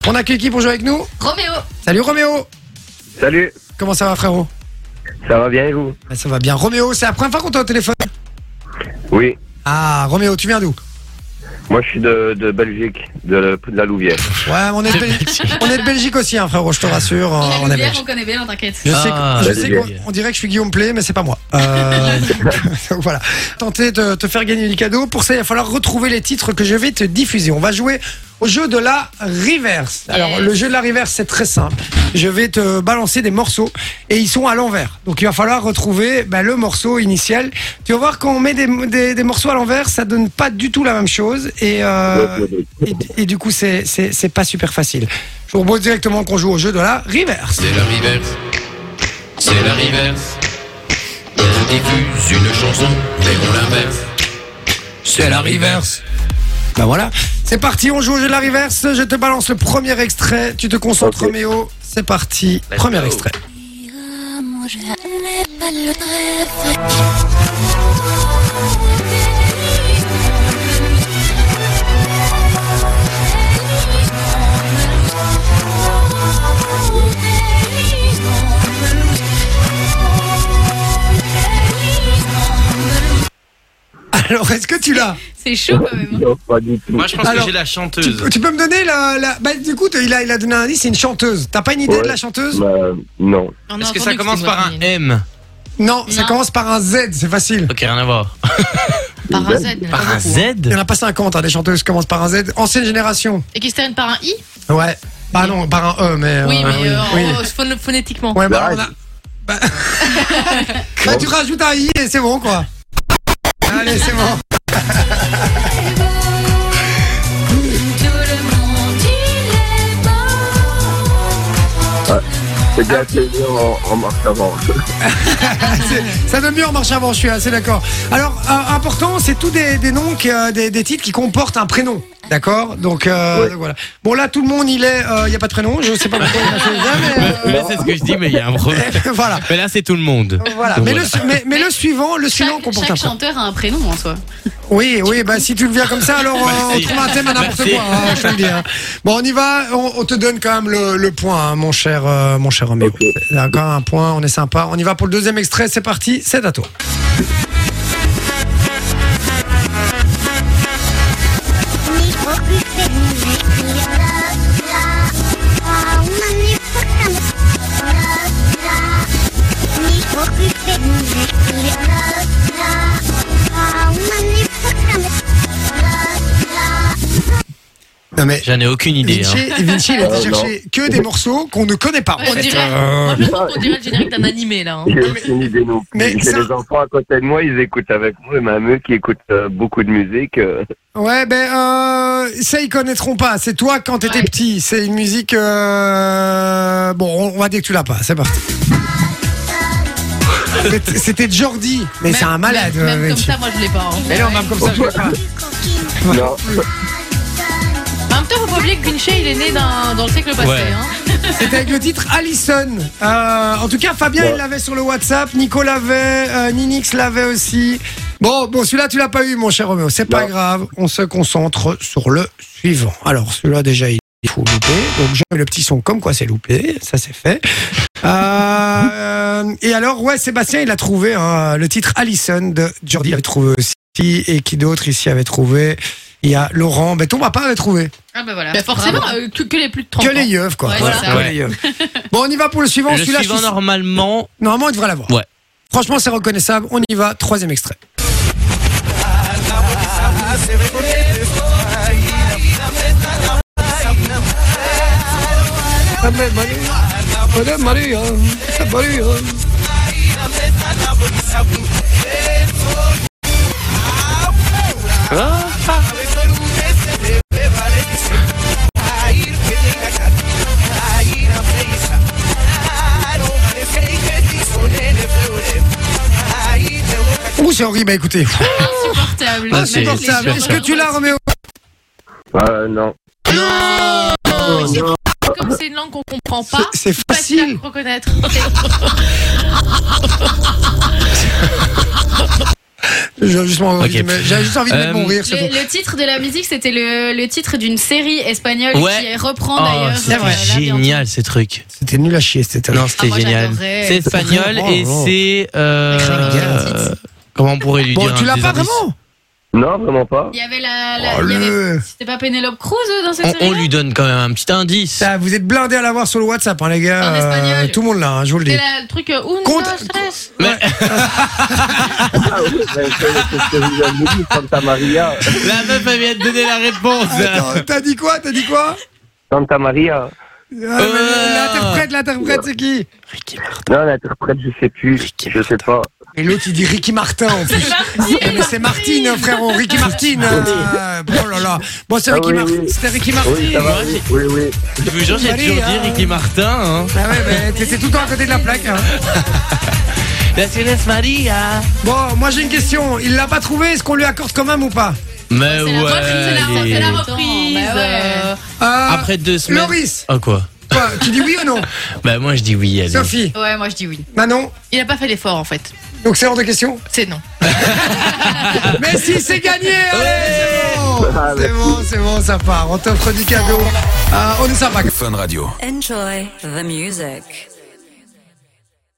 On accueille qui pour jouer avec nous? Roméo. Salut Roméo. Salut, Comment ça va frérot? ça va bien et vous? Ça va bien. Roméo, c'est la première fois qu'on t'a au téléphone? Oui, Ah, Roméo, tu viens d'où? moi je suis de Belgique, de la Louvière. Ouais, on est de Belgique aussi, hein, frérot, je te rassure. On est La belge. on connaît bien, t'inquiète. Je sais, je sais Belgique. qu'on dirait que je suis Guillaume Play, mais c'est pas moi. Donc voilà. Tenter de te faire gagner du cadeau. Pour ça, il va falloir retrouver les titres que je vais te diffuser. On va jouer au jeu de la reverse. Alors, le jeu de la reverse, c'est très simple. Je vais te balancer des morceaux et ils sont à l'envers. Donc, il va falloir retrouver le morceau initial. Tu vas voir, quand on met des morceaux à l'envers, ça donne pas du tout la même chose. Et du coup, c'est pas super facile. Je vous propose directement qu'on joue au jeu de la reverse. C'est la reverse. C'est la reverse. On diffuse une chanson, mais on l'inverse. C'est la reverse. Ben voilà, c'est parti, on joue au jeu de la reverse. Je te balance le premier extrait. Tu te concentres, Ok. Roméo. C'est parti, premier extrait. Alors, est-ce que tu l'as? C'est chaud quand même. Non, pas du tout. Moi, je pense Alors, que j'ai la chanteuse. Tu peux me donner Bah, du coup, il a donné un indice, c'est une chanteuse. T'as pas une idée Ouais. de la chanteuse? Non. On a Est-ce que entendu ça commence c'était par un une M? Non, ça Non. commence par un Z, c'est facile. Ok, rien à voir. Par un Z. il y en a Par pas un beaucoup. Z? Il y en a pas 50, hein, des chanteuses qui commencent par un Z. Ancienne génération. Et qui se termine par un I? Ouais. Bah non, par un E, mais. Oui, mais oui. phonétiquement. Ouais, bah Bah, on a. Bah, tu rajoutes un I et c'est bon, quoi. Allez, c'est bon. C'est bien assez bien en marche avant. Ça donne mieux en marche avant, je suis assez d'accord. Alors, important, c'est tous des noms, des titres qui comportent un prénom. D'accord, donc voilà. Bon, là, tout le monde, il n'y a pas de prénom. Je sais pas pourquoi il a fait ça, Mais c'est ce que je dis, mais il y a un problème. mais voilà. Mais là, c'est tout le monde. Voilà. Donc Mais, voilà. mais le suivant comporte un Chaque prénom. chanteur a un prénom en soi. Oui, bah si tu le viens comme ça, alors on Merci. trouve un thème à n'importe Merci. quoi, hein, je te le dis. Hein. Bon, on y va, on te donne quand même le point, hein, mon cher Roméo. Ok. Il y a quand même un point, on est sympa. On y va pour le deuxième extrait, c'est parti, c'est à toi. Non mais J'en ai aucune idée. Hein. Vinci, il a été non. chercher que des morceaux qu'on ne connaît pas. En On fait. dirait, moi je trouve qu'on dirait le générique d'un animé là. Hein. J'ai aucune idée non plus. Mais J'ai ça- des enfants à côté de moi, ils écoutent avec moi, et même eux qui écoutent beaucoup de musique. Ouais, ça ils connaîtront pas. C'est toi quand t'étais Ouais. petit. C'est une musique. Bon, on va dire que tu l'as pas. C'est parti. C'était Jordi, mais c'est un malade. Même comme Vinci. ça, moi je l'ai pas. Hein. Mais non, même comme ça, je l'ai pas. Non. En même temps, faut pas oublier que Vinci il est né dans le siècle passé. Ouais. Hein. C'était avec le titre Allison. En tout cas, Fabien, Ouais. il l'avait sur le WhatsApp. Nico l'avait. Ninix l'avait aussi. Bon, celui-là, tu l'as pas eu, mon cher Roméo. C'est pas Non. grave. On se concentre sur le suivant. Alors, celui-là, déjà, il faut louper. Donc, j'ai le petit son comme quoi c'est loupé. Ça, c'est fait. Et alors, ouais, Sébastien, il a trouvé le titre Allison de Jordi. Il avait trouvé aussi. Et qui d'autre ici avait trouvé? Il y a Laurent. Ton papa avait trouvé. Ah bah voilà. Forcément, que les plus de 30 Que ans. les yeux, quoi. Ouais, Voilà, c'est ça. que Ouais. les yeux. Bon, on y va pour le suivant. Le Celui-là, suivant, je suis- normalement. Normalement, il devrait l'avoir. Ouais. Franchement, c'est reconnaissable. On y va. Troisième extrait. Ouh, c'est horrible à écouter. Insupportable. Ah, c'est- Insupportable. c'est Est-ce que tu l'as, Roméo? Non. Comme c'est une langue qu'on comprend pas, C'est facile facile. à reconnaître. J'ai juste envie de mettre mon rire. Le titre de la musique, c'était le titre d'une série espagnole qui reprend Oh, d'ailleurs. c'est génial ces trucs. C'était nul à chier, c'était. Non, c'était moi, génial. j'adorais. C'est espagnol et c'est. Comment on pourrait lui dire Bon, tu l'as des pas indices vraiment? Non, vraiment pas. Il y avait c'était pas Pénélope Cruz dans cette série. On lui donne quand même un petit indice. Ça, vous êtes blindés à l'avoir sur le WhatsApp, hein, les gars. En espagnol. Tout le monde là, hein, je vous le dis. C'était le truc Un, Compte- dos, tres. Mais Ah oui, c'est ce que vous avez dit, Santa Maria. la meuf elle vient de donner la réponse. Attends, t'as dit quoi? Santa Maria. L'interprète, c'est qui? Non, l'interprète, je sais plus. Je sais pas. Et l'autre, il dit Ricky Martin en plus. Mais c'est Martine, frérot. Ricky Martin. Oh là là. Bon, c'est Ricky Martin. C'était Ricky Martin. Oui, ça va, oui. Je vous jure, j'ai toujours dit Ricky Martin. Hein. Ah ouais, mais t'étais tout le temps à côté de la plaque. Hein. La Céleste Maria. Bon, moi j'ai une question. Il l'a pas trouvé, est-ce qu'on lui accorde quand même ou pas? Mais C'est ouais. la reprise. Après 2 semaines. Loris, Oh quoi? toi, tu dis oui ou non? Bah moi je dis oui. Allez. Sophie, Ouais, moi je dis oui. Manon, Il a pas fait l'effort en fait. donc c'est hors de question? C'est non. Mais si, c'est gagné! Ah, C'est bon, ça part. On t'offre du cadeau. On est sympa. Fun Radio. Enjoy the music.